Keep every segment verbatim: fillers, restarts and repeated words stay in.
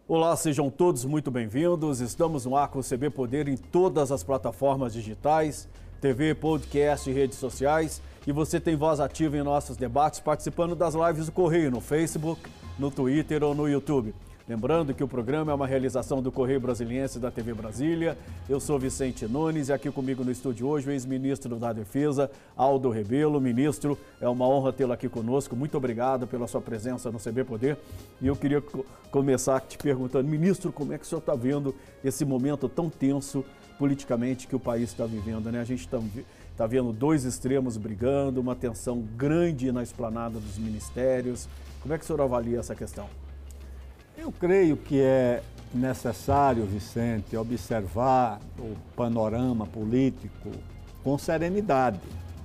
Olá, sejam todos muito bem-vindos. Estamos no ar com o C B Poder em todas as plataformas digitais, T V, podcast e redes sociais. E você tem voz ativa em nossos debates participando das lives do Correio no Facebook, no Twitter ou no YouTube. Lembrando que o programa é uma realização do Correio Brasiliense e da T V Brasília. Eu sou Vicente Nunes e aqui comigo no estúdio hoje o ex-ministro da Defesa, Aldo Rebelo. Ministro, é uma honra tê-lo aqui conosco. Muito obrigado pela sua presença no C B Poder. E eu queria co- começar te perguntando, ministro, como é que o senhor está vendo esse momento tão tenso politicamente que o país está vivendo, né? A gente está tá vendo dois extremos brigando, uma tensão grande na esplanada dos ministérios. Como é que o senhor avalia essa questão? Eu creio que é necessário, Vicente, observar o panorama político com serenidade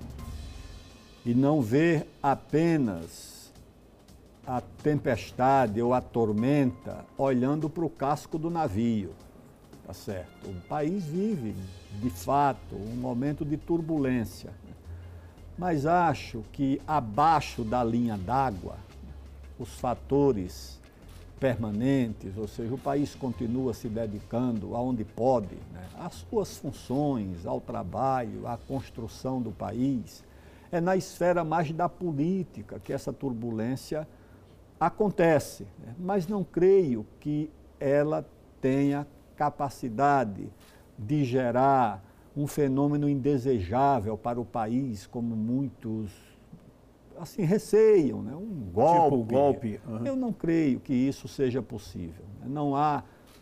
e não ver apenas a tempestade ou a tormenta olhando para o casco do navio, tá certo? O país vive, de fato, um momento de turbulência, mas acho que abaixo da linha d'água, os fatores permanentes, ou seja, o país continua se dedicando aonde pode, né, às suas funções, ao trabalho, à construção do país. É na esfera mais da política que essa turbulência acontece, né, mas não creio que ela tenha capacidade de gerar um fenômeno indesejável para o país, como muitos assim, receiam, né? um golpe. Tipo golpe. Uhum. Eu não creio que isso seja possível. Né? Não há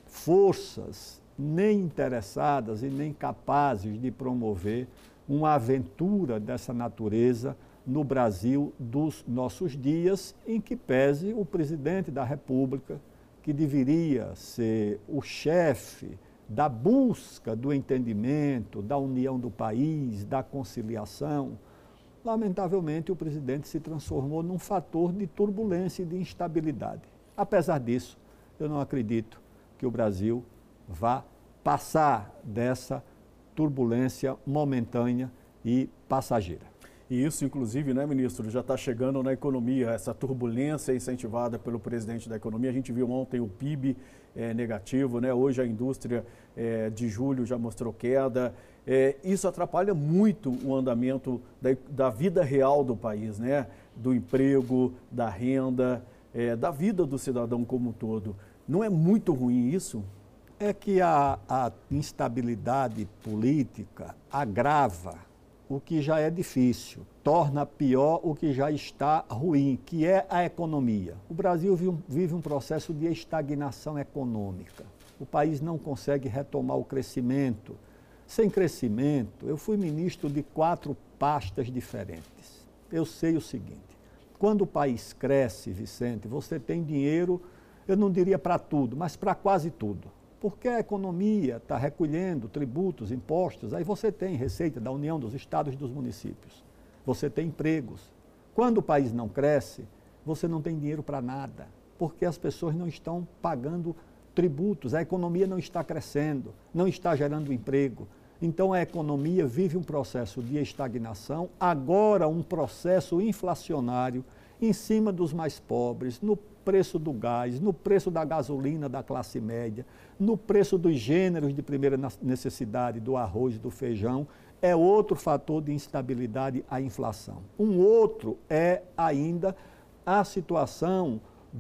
forças nem interessadas e nem capazes de promover uma aventura dessa natureza no Brasil dos nossos dias, em que pese o presidente da República, que deveria ser o chefe da busca do entendimento, da união do país, da conciliação. Lamentavelmente, o presidente se transformou num fator de turbulência e de instabilidade. Apesar disso, eu não acredito que o Brasil vá passar dessa turbulência momentânea e passageira. E isso, inclusive, né, ministro, já está chegando na economia, essa turbulência incentivada pelo presidente da economia. A gente viu ontem o P I B é, negativo, né? Hoje a indústria é, de julho já mostrou queda. É, isso atrapalha muito o andamento da, da vida real do país, né? Do emprego, da renda, é, da vida do cidadão como um todo. Não é muito ruim isso? É que a, a instabilidade política agrava o que já é difícil, torna pior o que já está ruim, que é a economia. O Brasil vive um, vive um processo de estagnação econômica. O país não consegue retomar o crescimento. Sem crescimento, eu fui ministro de quatro pastas diferentes. Eu sei o seguinte, quando o país cresce, Vicente, você tem dinheiro, eu não diria para tudo, mas para quase tudo. Porque a economia está recolhendo tributos, impostos, aí você tem receita da União, dos estados e dos municípios. Você tem empregos. Quando o país não cresce, você não tem dinheiro para nada, porque as pessoas não estão pagando tributos, a economia não está crescendo, não está gerando emprego. Então a economia vive um processo de estagnação, agora um processo inflacionário em cima dos mais pobres, no preço do gás, no preço da gasolina da classe média, no preço dos gêneros de primeira necessidade, do arroz e do feijão, é outro fator de instabilidade a inflação. Um outro é ainda a situação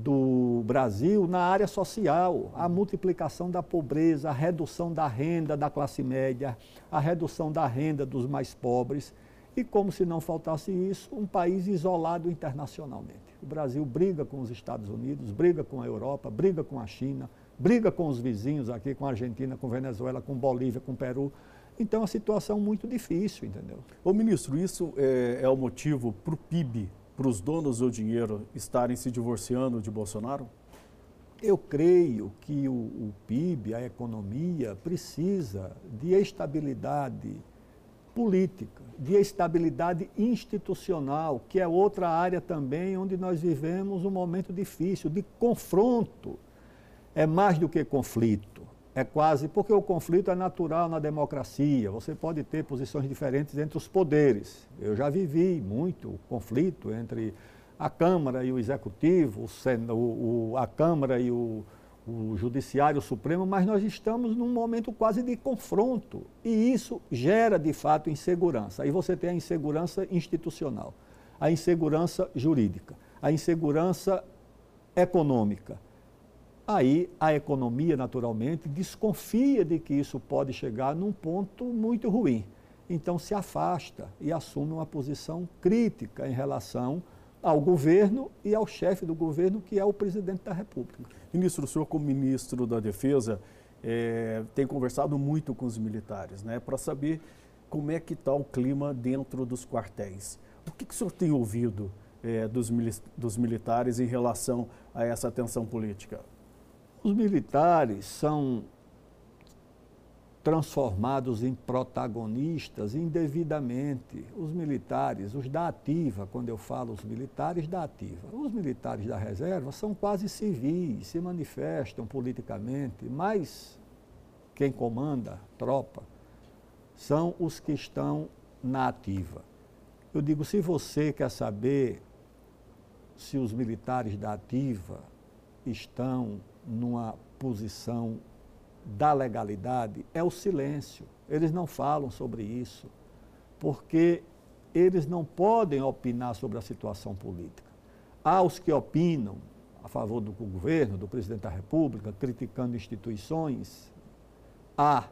do Brasil na área social, a multiplicação da pobreza, a redução da renda da classe média, a redução da renda dos mais pobres. E como se não faltasse isso, um país isolado internacionalmente. O Brasil briga com os Estados Unidos, briga com a Europa, briga com a China, briga com os vizinhos aqui, com a Argentina, com a Venezuela, com Bolívia, com o Peru. Então, é uma situação muito difícil, entendeu? Ô, ministro, isso é, é o motivo para o P I B, para os donos do dinheiro estarem se divorciando de Bolsonaro? Eu creio que o, o P I B, a economia, precisa de estabilidade política, de estabilidade institucional, que é outra área também onde nós vivemos um momento difícil, de confronto. É mais do que conflito, é quase, porque o conflito é natural na democracia, você pode ter posições diferentes entre os poderes. Eu já vivi muito conflito entre a Câmara e o Executivo, o, o, a Câmara e o, o Judiciário Supremo, mas nós estamos num momento quase de confronto. E isso gera, de fato, insegurança. Aí você tem a insegurança institucional, a insegurança jurídica, a insegurança econômica. Aí a economia, naturalmente, desconfia de que isso pode chegar num ponto muito ruim. Então se afasta e assume uma posição crítica em relação ao governo e ao chefe do governo, que é o presidente da República. Ministro, o senhor, como ministro da Defesa, é, tem conversado muito com os militares, né, para saber como é que está o clima dentro dos quartéis. O que, que o senhor tem ouvido é, dos, dos militares em relação a essa tensão política? Os militares são transformados em protagonistas indevidamente. Os militares, os da ativa, quando eu falo os militares da ativa, os militares da reserva são quase civis, se manifestam politicamente, mas quem comanda a tropa são os que estão na ativa. Eu digo, se você quer saber se os militares da ativa estão numa posição da legalidade, é o silêncio. Eles não falam sobre isso, porque eles não podem opinar sobre a situação política. Há os que opinam a favor do governo, do presidente da República, criticando instituições, há,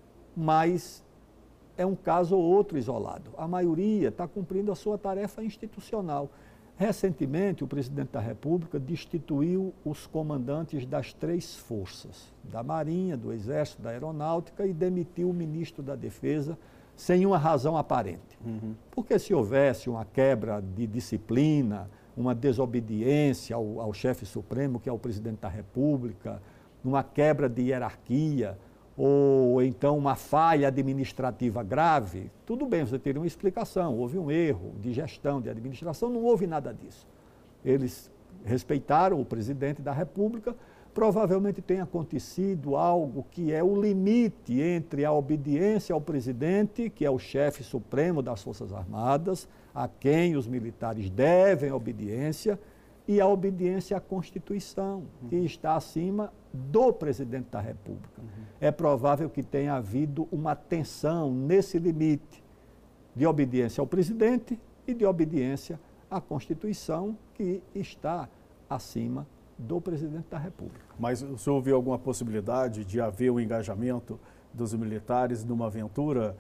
mas é um caso ou outro isolado. A maioria está cumprindo a sua tarefa institucional. Recentemente, o presidente da República destituiu os comandantes das três forças, da Marinha, do Exército, da Aeronáutica, e demitiu o ministro da Defesa sem uma razão aparente. Uhum. Porque se houvesse uma quebra de disciplina, uma desobediência ao, ao chefe supremo, que é o presidente da República, uma quebra de hierarquia, ou então uma falha administrativa grave, tudo bem, você teria uma explicação, houve um erro de gestão, de administração, não houve nada disso. Eles respeitaram o presidente da República, provavelmente tem acontecido algo que é o limite entre a obediência ao presidente, que é o chefe supremo das Forças Armadas, a quem os militares devem obediência, e a obediência à Constituição, uhum. que está acima do presidente da República. Uhum. É provável que tenha havido uma tensão nesse limite de obediência ao presidente e de obediência à Constituição, que está acima do presidente da República. Mas o senhor viu alguma possibilidade de haver o engajamento dos militares numa aventura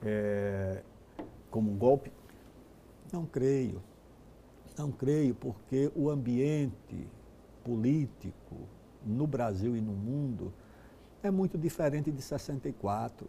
é, como um golpe? Não creio. Não creio, porque o ambiente político no Brasil e no mundo é muito diferente de sessenta e quatro.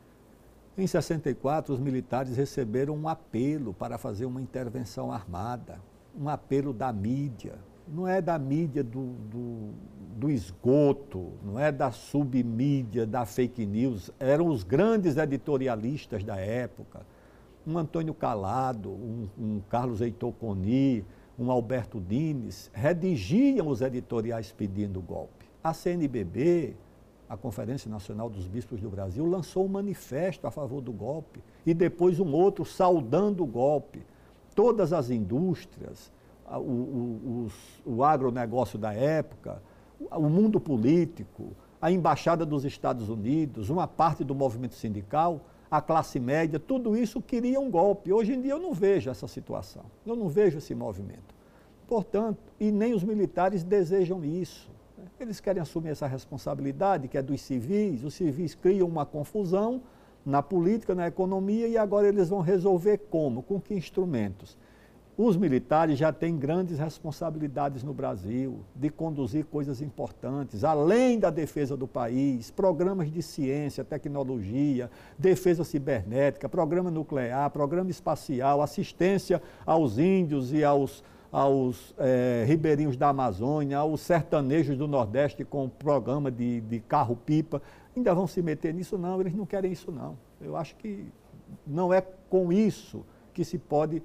Em sessenta e quatro, os militares receberam um apelo para fazer uma intervenção armada, um apelo da mídia. Não é da mídia do, do, do esgoto, não é da submídia, da fake news. Eram os grandes editorialistas da época. Um Antônio Calado, um, um Carlos Heitor Coni, um Alberto Dines, redigiam os editoriais pedindo o golpe. A C N B B, a Conferência Nacional dos Bispos do Brasil, lançou um manifesto a favor do golpe e depois um outro saudando o golpe. Todas as indústrias, o, o, os, o agronegócio da época, o mundo político, a Embaixada dos Estados Unidos, uma parte do movimento sindical, a classe média, tudo isso queria um golpe. Hoje em dia eu não vejo essa situação, eu não vejo esse movimento. Portanto, e nem os militares desejam isso. Eles querem assumir essa responsabilidade, que é dos civis. Os civis criam uma confusão na política, na economia, e agora eles vão resolver como? Com que instrumentos? Os militares já têm grandes responsabilidades no Brasil, de conduzir coisas importantes, além da defesa do país, programas de ciência, tecnologia, defesa cibernética, programa nuclear, programa espacial, assistência aos índios e aos, aos é, ribeirinhos da Amazônia, aos sertanejos do Nordeste com programa de, de carro-pipa. Ainda vão se meter nisso? Não, eles não querem isso não. Eu acho que não é com isso que se pode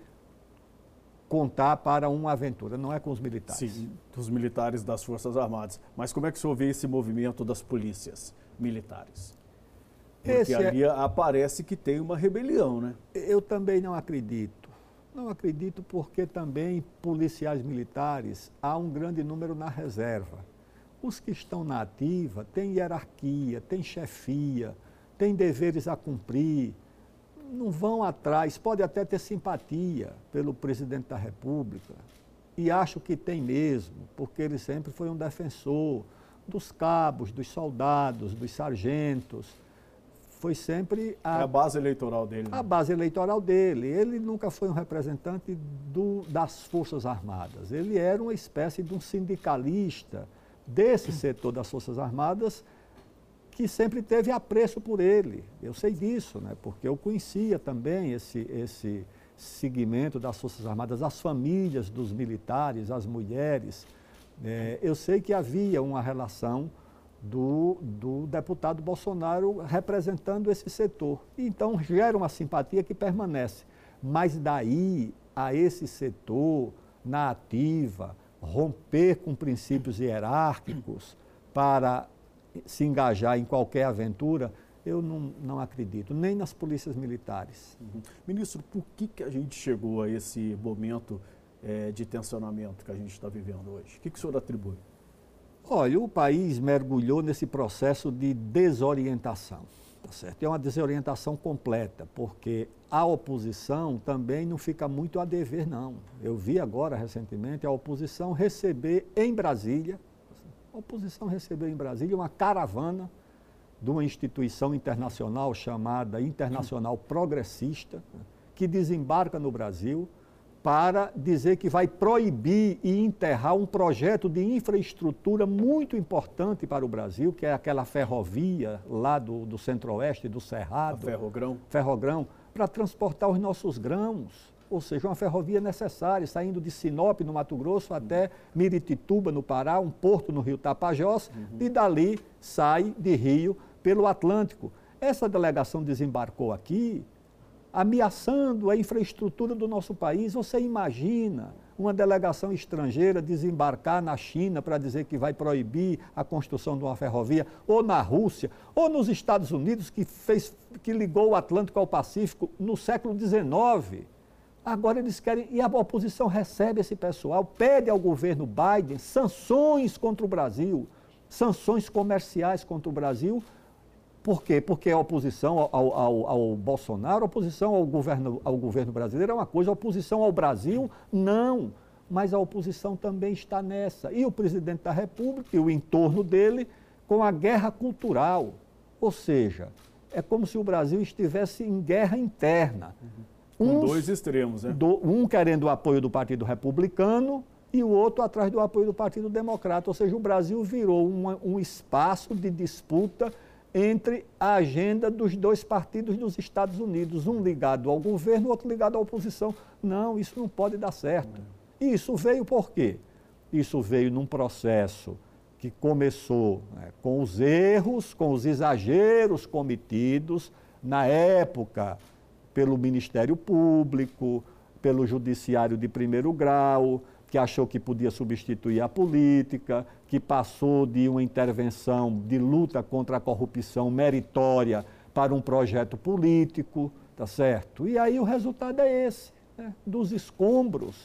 contar para uma aventura, não é com os militares. Sim, dos militares das Forças Armadas. Mas como é que o senhor vê esse movimento das polícias militares? Porque esse ali é... aparece que tem uma rebelião, né? Eu também não acredito. Não acredito porque também policiais militares há um grande número na reserva. Os que estão na ativa têm hierarquia, têm chefia, têm deveres a cumprir, não vão atrás, pode até ter simpatia pelo presidente da República, e acho que tem mesmo, porque ele sempre foi um defensor dos cabos, dos soldados, dos sargentos. Foi sempre a, é a base eleitoral dele. Né? A base eleitoral dele. Ele nunca foi um representante do, das Forças Armadas. Ele era uma espécie de um sindicalista desse setor das Forças Armadas que sempre teve apreço por ele. Eu sei disso, né? Porque eu conhecia também esse, esse segmento das Forças Armadas, as famílias dos militares, as mulheres. É, eu sei que havia uma relação Do, do deputado Bolsonaro representando esse setor. Então, gera uma simpatia que permanece. Mas daí a esse setor, na ativa, romper com princípios hierárquicos para se engajar em qualquer aventura, eu não, não acredito, nem nas polícias militares. Uhum. Ministro, por que, que a gente chegou a esse momento é, de tensionamento que a gente está vivendo hoje? O que, que o senhor atribui? Olha, o país mergulhou nesse processo de desorientação, tá certo? É uma desorientação completa, porque a oposição também não fica muito a dever, não. Eu vi agora, recentemente, a oposição receber em Brasília, a oposição recebeu em Brasília uma caravana de uma instituição internacional chamada Internacional Progressista, que desembarca no Brasil, para dizer que vai proibir e enterrar um projeto de infraestrutura muito importante para o Brasil, que é aquela ferrovia lá do, do Centro-Oeste, do Cerrado. A Ferrogrão. Ferrogrão, para transportar os nossos grãos. Ou seja, uma ferrovia necessária, saindo de Sinop, no Mato Grosso, até Miritituba, no Pará, um porto no Rio Tapajós, uhum. E dali sai de Rio pelo Atlântico. Essa delegação desembarcou aqui, ameaçando a infraestrutura do nosso país. Você imagina uma delegação estrangeira desembarcar na China para dizer que vai proibir a construção de uma ferrovia, ou na Rússia, ou nos Estados Unidos, que, fez, que ligou o Atlântico ao Pacífico no século dezenove. Agora eles querem, e a oposição recebe esse pessoal, pede ao governo Biden sanções contra o Brasil, sanções comerciais contra o Brasil. Por quê? Porque a oposição ao, ao, ao Bolsonaro, a oposição ao governo, ao governo brasileiro é uma coisa, a oposição ao Brasil, não. Mas a oposição também está nessa. E o presidente da República e o entorno dele com a guerra cultural. Ou seja, é como se o Brasil estivesse em guerra interna. Com Uns, dois extremos, né? Do, um querendo o apoio do Partido Republicano e o outro atrás do apoio do Partido Democrata. Ou seja, o Brasil virou uma, um espaço de disputa entre a agenda dos dois partidos dos Estados Unidos, um ligado ao governo, outro ligado à oposição. Não, isso não pode dar certo. E isso veio por quê? Isso veio num processo que começou, né, com os erros, com os exageros cometidos na época pelo Ministério Público, pelo Judiciário de primeiro grau, que achou que podia substituir a política, que passou de uma intervenção de luta contra a corrupção meritória para um projeto político, tá certo? E aí o resultado é esse, né? Dos escombros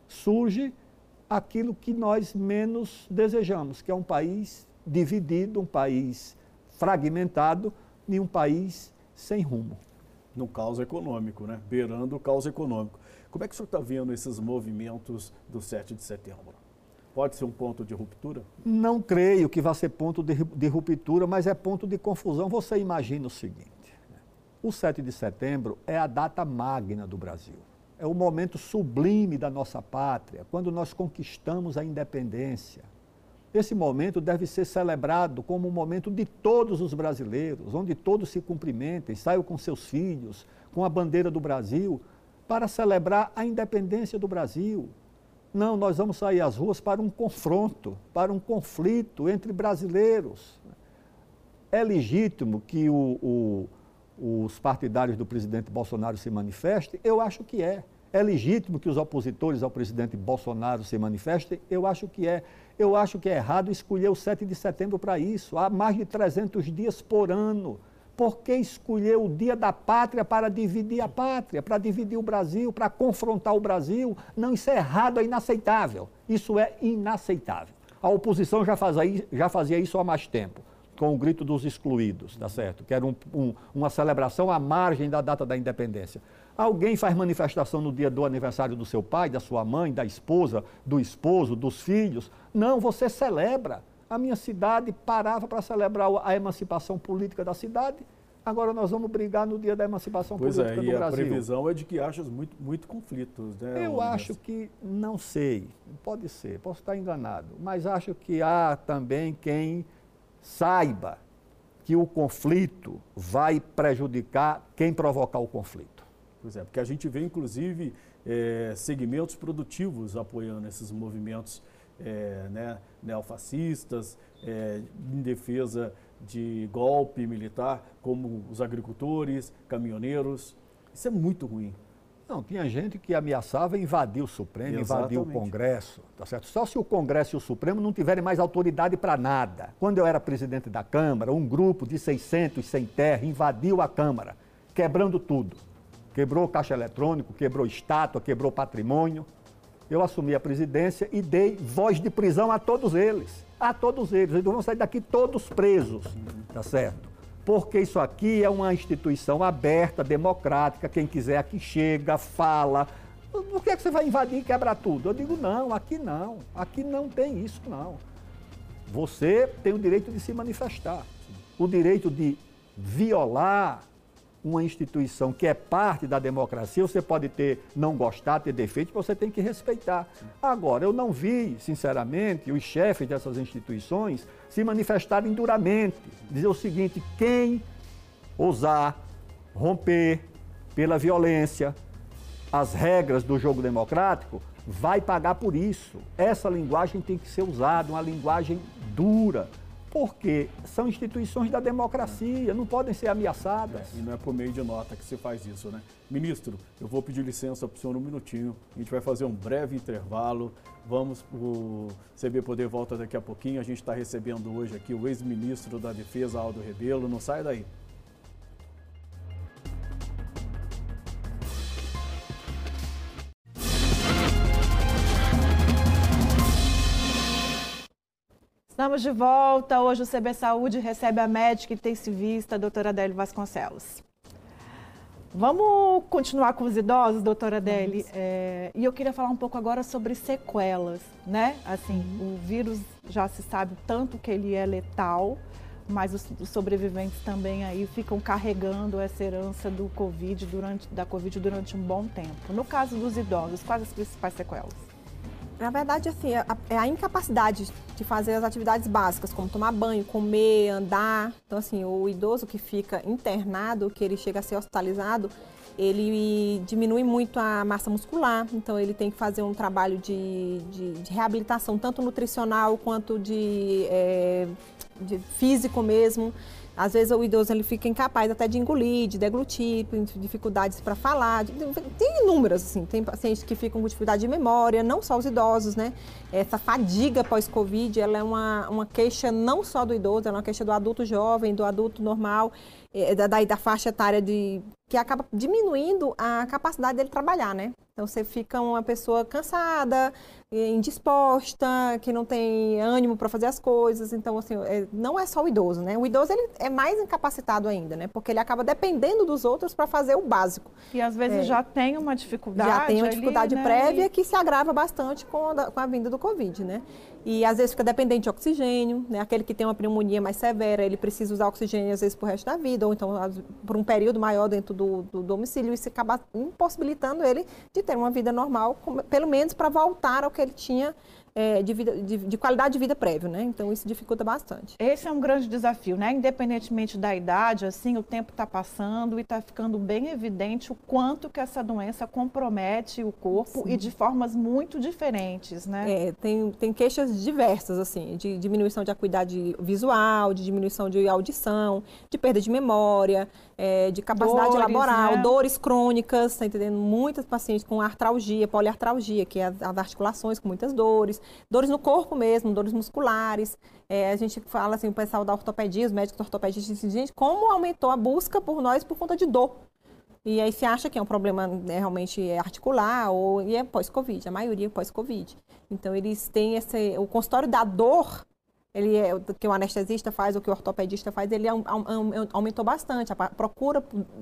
surge aquilo que nós menos desejamos, que é um país dividido, um país fragmentado e um país sem rumo. No caos econômico, né? Beirando o caos econômico. Como é que o senhor está vendo esses movimentos do sete de setembro? Pode ser um ponto de ruptura? Não creio que vá ser ponto de, de ruptura, mas é ponto de confusão. Você imagina o seguinte, o sete de setembro é a data magna do Brasil. É o momento sublime da nossa pátria, quando nós conquistamos a independência. Esse momento deve ser celebrado como um momento de todos os brasileiros, onde todos se cumprimentem, saiam com seus filhos, com a bandeira do Brasil, para celebrar a independência do Brasil. Não, nós vamos sair às ruas para um confronto, para um conflito entre brasileiros. É legítimo que o, o, os partidários do presidente Bolsonaro se manifestem? Eu acho que é. É legítimo que os opositores ao presidente Bolsonaro se manifestem? Eu acho que é. Eu acho que é errado escolher o sete de setembro para isso. Há mais de trezentos dias por ano. Por que escolher o dia da pátria para dividir a pátria, para dividir o Brasil, para confrontar o Brasil? Não, isso é errado, é inaceitável. Isso é inaceitável. A oposição já fazia, já fazia isso há mais tempo, com o grito dos excluídos, tá certo? Que era um, um, uma celebração à margem da data da independência. Alguém faz manifestação no dia do aniversário do seu pai, da sua mãe, da esposa, do esposo, dos filhos? Não, você celebra. A minha cidade parava para celebrar a emancipação política da cidade. Agora nós vamos brigar no dia da emancipação pois política é, do e Brasil. A previsão é de que haja muito, muito conflitos, né? Eu acho que, não sei, pode ser, posso estar enganado, mas acho que há também quem saiba que o conflito vai prejudicar quem provocar o conflito. Pois é, porque a gente vê, inclusive, é, segmentos produtivos apoiando esses movimentos é, né, neofascistas, é, em defesa de golpe militar, como os agricultores, caminhoneiros. Isso é muito ruim. Não, tinha gente que ameaçava invadir o Supremo, Exatamente. invadir o Congresso, tá certo? Só se o Congresso e o Supremo não tiverem mais autoridade para nada. Quando eu era presidente da Câmara, um grupo de seiscentos sem terra invadiu a Câmara, quebrando tudo. Quebrou caixa eletrônico, quebrou estátua, quebrou patrimônio. Eu assumi a presidência e dei voz de prisão a todos eles. A todos eles. Eles vão sair daqui todos presos, tá certo? Porque isso aqui é uma instituição aberta, democrática. Quem quiser aqui chega, fala. Por que é que você vai invadir e quebrar tudo? Eu digo, não, aqui não. Aqui não tem isso, não. Você tem o direito de se manifestar. O direito de violar uma instituição que é parte da democracia, você pode ter, não gostar, ter defeito, você tem que respeitar. Agora, eu não vi, sinceramente, os chefes dessas instituições se manifestarem duramente, dizer o seguinte, quem ousar romper pela violência as regras do jogo democrático, vai pagar por isso. Essa linguagem tem que ser usada, uma linguagem dura, porque são instituições da democracia, não podem ser ameaçadas. É, e não é por meio de nota que se faz isso, né? Ministro, eu vou pedir licença para o senhor um minutinho, a gente vai fazer um breve intervalo, vamos, o C B Poder volta daqui a pouquinho, a gente está recebendo hoje aqui o ex-ministro da Defesa, Aldo Rebelo, não sai daí. Estamos de volta. Hoje o C B Saúde recebe a médica intensivista, a doutora Adélia Vasconcelos. Vamos continuar com os idosos, doutora Adélia? É, e eu queria falar um pouco agora sobre sequelas, né? Assim, uhum. O vírus já se sabe tanto que ele é letal, mas os, os sobreviventes também aí ficam carregando essa herança do COVID durante, da Covid durante um bom tempo. No caso dos idosos, quais as principais sequelas? Na verdade, assim, é a, é a incapacidade de fazer as atividades básicas, como tomar banho, comer, andar. Então, assim, o idoso que fica internado, que ele chega a ser hospitalizado, ele diminui muito a massa muscular. Então, ele tem que fazer um trabalho de, de, de reabilitação, tanto nutricional quanto de, é, de físico mesmo. Às vezes o idoso ele fica incapaz até de engolir, de deglutir, dificuldades para falar, tem inúmeras, assim, tem pacientes que ficam com dificuldade de memória, não só os idosos, né? Essa fadiga pós-Covid, ela é uma, uma queixa não só do idoso, ela é uma queixa do adulto jovem, do adulto normal, é, da, da faixa etária de, que acaba diminuindo a capacidade dele trabalhar, né? Então você fica uma pessoa cansada, indisposta, que não tem ânimo para fazer as coisas. Então, assim, é, não é só o idoso, né? O idoso ele é mais incapacitado ainda, né? Porque ele acaba dependendo dos outros para fazer o básico. E às vezes é, já tem uma dificuldade. Já tem uma dificuldade ali, prévia, né? Que se agrava bastante com a, com a vinda do Covid, né? E às vezes fica dependente de oxigênio, né? Aquele que tem uma pneumonia mais severa, ele precisa usar oxigênio às vezes pro resto da vida, ou então por um período maior dentro do, do domicílio, e isso acaba impossibilitando ele de ter uma vida normal, pelo menos para voltar ao que ele tinha é, de, vida, de, de qualidade de vida prévio, né? Então isso dificulta bastante. Esse é um grande desafio, né? Independentemente da idade, assim, o tempo está passando e está ficando bem evidente o quanto que essa doença compromete o corpo. Sim. E de formas muito diferentes, né? É, tem, tem queixas diversas, assim, de diminuição de acuidade visual, de diminuição de audição, de perda de memória, é, de capacidade dores, laboral, né? Dores crônicas, tá entendendo? Muitas pacientes com artralgia, poliartralgia, que é as, as articulações com muitas dores, dores no corpo mesmo, dores musculares. É, a gente fala assim, o pessoal da ortopedia, os médicos ortopedistas dizem, gente, como aumentou a busca por nós por conta de dor. E aí se acha que é um problema né, realmente articular ou e é pós-Covid, a maioria é pós-Covid. Então eles têm esse, o consultório da dor, ele é, o que o anestesista faz, o que o ortopedista faz, ele é um, um, um, aumentou bastante. A procura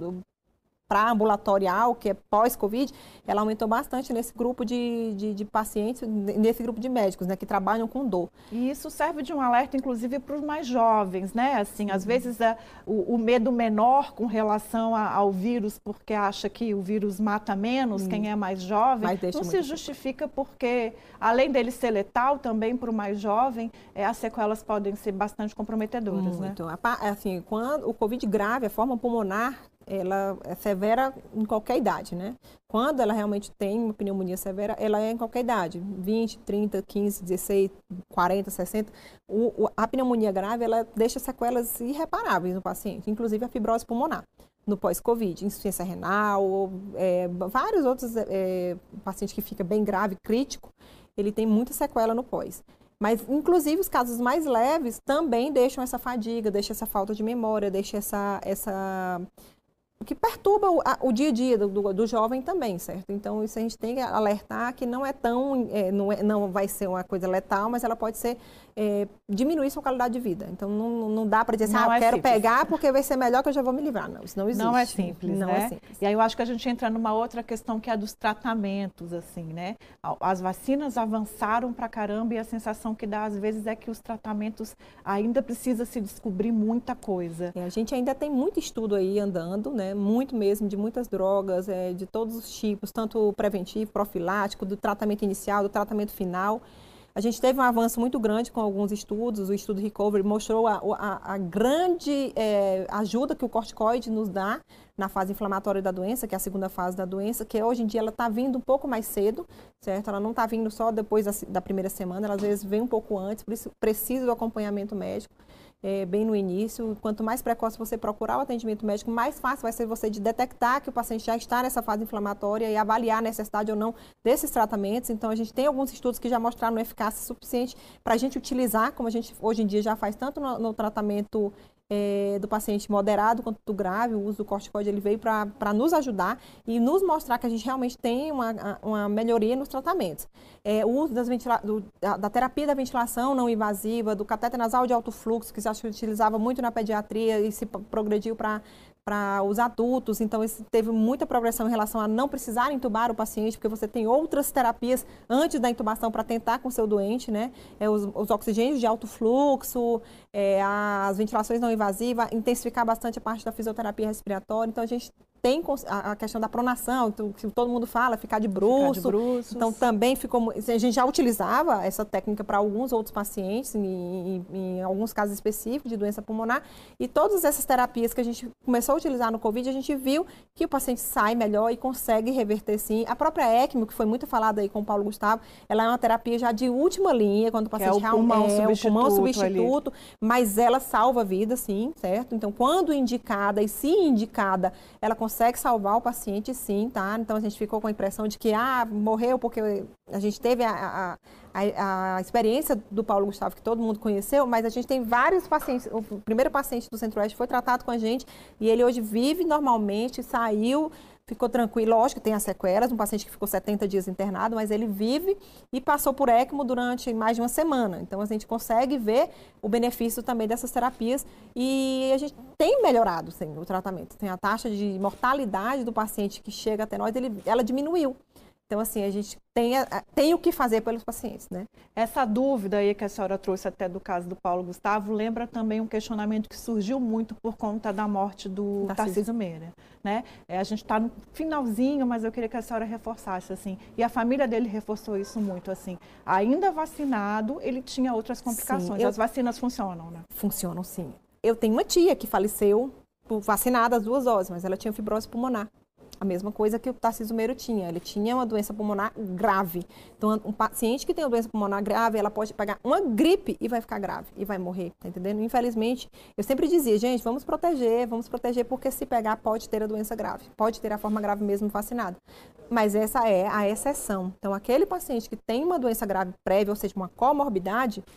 para ambulatorial, que é pós-Covid, ela aumentou bastante nesse grupo de, de, de pacientes, nesse grupo de médicos, né, que trabalham com dor. E isso serve de um alerta, inclusive, para os mais jovens, né? Assim, às vezes é, o, o medo menor com relação a, ao vírus, porque acha que o vírus mata menos hum. quem é mais jovem, não se justifica porque, além dele ser letal, também para o mais jovem, é, as sequelas podem ser bastante comprometedoras, Muito. né? Assim, quando o Covid grave, a forma pulmonar, ela é severa em qualquer idade, né? Quando ela realmente tem uma pneumonia severa, ela é em qualquer idade, vinte, trinta, quinze, dezesseis, quarenta, sessenta. O, o, a pneumonia grave, ela deixa sequelas irreparáveis no paciente, inclusive a fibrose pulmonar, no pós-Covid, insuficiência renal, é, vários outros é, pacientes que fica bem grave, crítico, ele tem muita sequela no pós. Mas, inclusive, os casos mais leves também deixam essa fadiga, deixam essa falta de memória, deixam essa... essa o que perturba o, a, o dia a dia do, do, do jovem também, certo? Então, isso a gente tem que alertar que não é tão, é, não, é, não vai ser uma coisa letal, mas ela pode ser, é, diminuir sua qualidade de vida. Então, não, não dá para dizer assim, ah, eu é quero simples. pegar porque vai ser melhor que eu já vou me livrar. Não, isso não existe. Não é simples, não né? é simples. E aí eu acho que a gente entra numa outra questão que é a dos tratamentos, assim, né? As vacinas avançaram pra caramba e a sensação que dá, às vezes, é que os tratamentos ainda precisa se descobrir muita coisa. É, a gente ainda tem muito estudo aí andando, né? Muito mesmo, de muitas drogas, é, de todos os tipos, tanto preventivo, profilático, do tratamento inicial, do tratamento final. A gente teve um avanço muito grande com alguns estudos, o estudo Recovery mostrou a, a, a grande é, ajuda que o corticoide nos dá na fase inflamatória da doença, que é a segunda fase da doença, que hoje em dia ela está vindo um pouco mais cedo, certo? Ela não está vindo só depois da, da primeira semana, ela às vezes vem um pouco antes, por isso precisa do acompanhamento médico. É, bem no início, quanto mais precoce você procurar o atendimento médico, mais fácil vai ser você de detectar que o paciente já está nessa fase inflamatória e avaliar a necessidade ou não desses tratamentos. Então, a gente tem alguns estudos que já mostraram eficácia suficiente para a gente utilizar, como a gente hoje em dia já faz tanto no, no tratamento É, do paciente moderado quanto do grave. O uso do corticoide ele veio para nos ajudar e nos mostrar que a gente realmente tem uma, uma melhoria nos tratamentos. É, o uso das ventila do, da, da terapia da ventilação não invasiva, do catéter nasal de alto fluxo, que se utilizava muito na pediatria e se progrediu para para os adultos, então isso teve muita progressão em relação a não precisar intubar o paciente, porque você tem outras terapias antes da intubação para tentar com o seu doente, né? É, os, os oxigênios de alto fluxo, é, as ventilações não invasivas, intensificar bastante a parte da fisioterapia respiratória, então a gente tem a questão da pronação, então, que todo mundo fala, ficar de bruço, ficar de então também ficou, a gente já utilizava essa técnica para alguns outros pacientes, em, em, em alguns casos específicos de doença pulmonar, e todas essas terapias que a gente começou a utilizar no Covid, a gente viu que o paciente sai melhor e consegue reverter sim. A própria ECMO, que foi muito falada aí com o Paulo Gustavo, ela é uma terapia já de última linha, quando o paciente é o pulmão é, substituto, o pulmão substituto, mas ela salva a vida, sim, certo? Então, quando indicada e se indicada, ela consegue salvar o paciente, sim, tá? Então, a gente ficou com a impressão de que, ah, morreu porque a gente teve a, a, a, a experiência do Paulo Gustavo, que todo mundo conheceu, mas a gente tem vários pacientes. O primeiro paciente do Centro-Oeste foi tratado com a gente e ele hoje vive normalmente, saiu, ficou tranquilo. Lógico que tem as sequelas, um paciente que ficou setenta dias internado, mas ele vive e passou por ECMO durante mais de uma semana. Então, a gente consegue ver o benefício também dessas terapias e a gente tem melhorado, sim, o tratamento. Tem a taxa de mortalidade do paciente que chega até nós, ele, ela diminuiu. Então, assim, a gente tem, a, tem o que fazer pelos pacientes, né? Essa dúvida aí que a senhora trouxe até do caso do Paulo Gustavo, lembra também um questionamento que surgiu muito por conta da morte do Tarcísio Meira, né? É, a gente está no finalzinho, mas eu queria que a senhora reforçasse, assim, e a família dele reforçou isso muito, assim, ainda vacinado, ele tinha outras complicações. Sim, eu... As vacinas funcionam, né? Funcionam, sim. Eu tenho uma tia que faleceu vacinada as duas doses, mas ela tinha fibrose pulmonar. A mesma coisa que o Tarcísio Meira tinha. Ele tinha uma doença pulmonar grave. Então, um paciente que tem uma doença pulmonar grave, ela pode pegar uma gripe e vai ficar grave e vai morrer, tá entendendo? Infelizmente, eu sempre dizia, gente, vamos proteger, vamos proteger, porque se pegar pode ter a doença grave, pode ter a forma grave mesmo vacinado. Mas essa é a exceção. Então, aquele paciente que tem uma doença grave prévia, ou seja, uma comorbidade,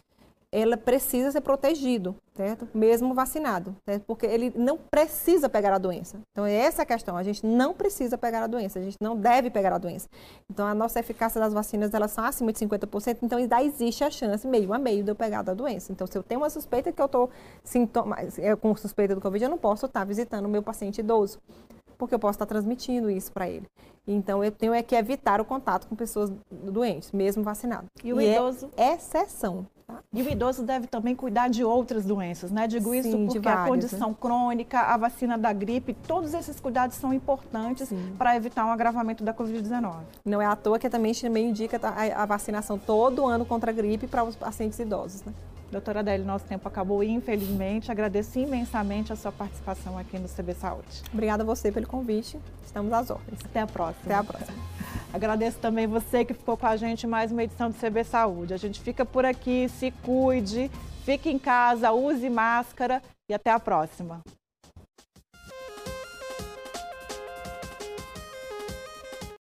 ela precisa ser protegido, certo? Mesmo vacinado, certo? Porque ele não precisa pegar a doença. Então, essa é a questão. A gente não precisa pegar a doença, a gente não deve pegar a doença. Então, a nossa eficácia das vacinas, elas são acima de cinquenta por cento, então ainda existe a chance, meio a meio, de eu pegar da doença. Então, se eu tenho uma suspeita que eu estou com suspeita do Covid, eu não posso estar visitando o meu paciente idoso, porque eu posso estar transmitindo isso para ele. Então, eu tenho é que evitar o contato com pessoas doentes, mesmo vacinado. E o e idoso? É exceção. Tá? E o idoso deve também cuidar de outras doenças, né? Digo isso Sim, porque várias, a condição né? crônica, a vacina da gripe, todos esses cuidados são importantes para evitar um agravamento da Covid dezenove. Não é à toa que também, também indica a, a vacinação todo ano contra a gripe para os pacientes idosos, né? Doutora Adélia, nosso tempo acabou, infelizmente. Agradeço imensamente a sua participação aqui no C B Saúde. Obrigada a você pelo convite. Estamos às ordens. Até a próxima. Até a próxima. Agradeço também você que ficou com a gente em mais uma edição do C B Saúde. A gente fica por aqui, se cuide, fique em casa, use máscara e até a próxima.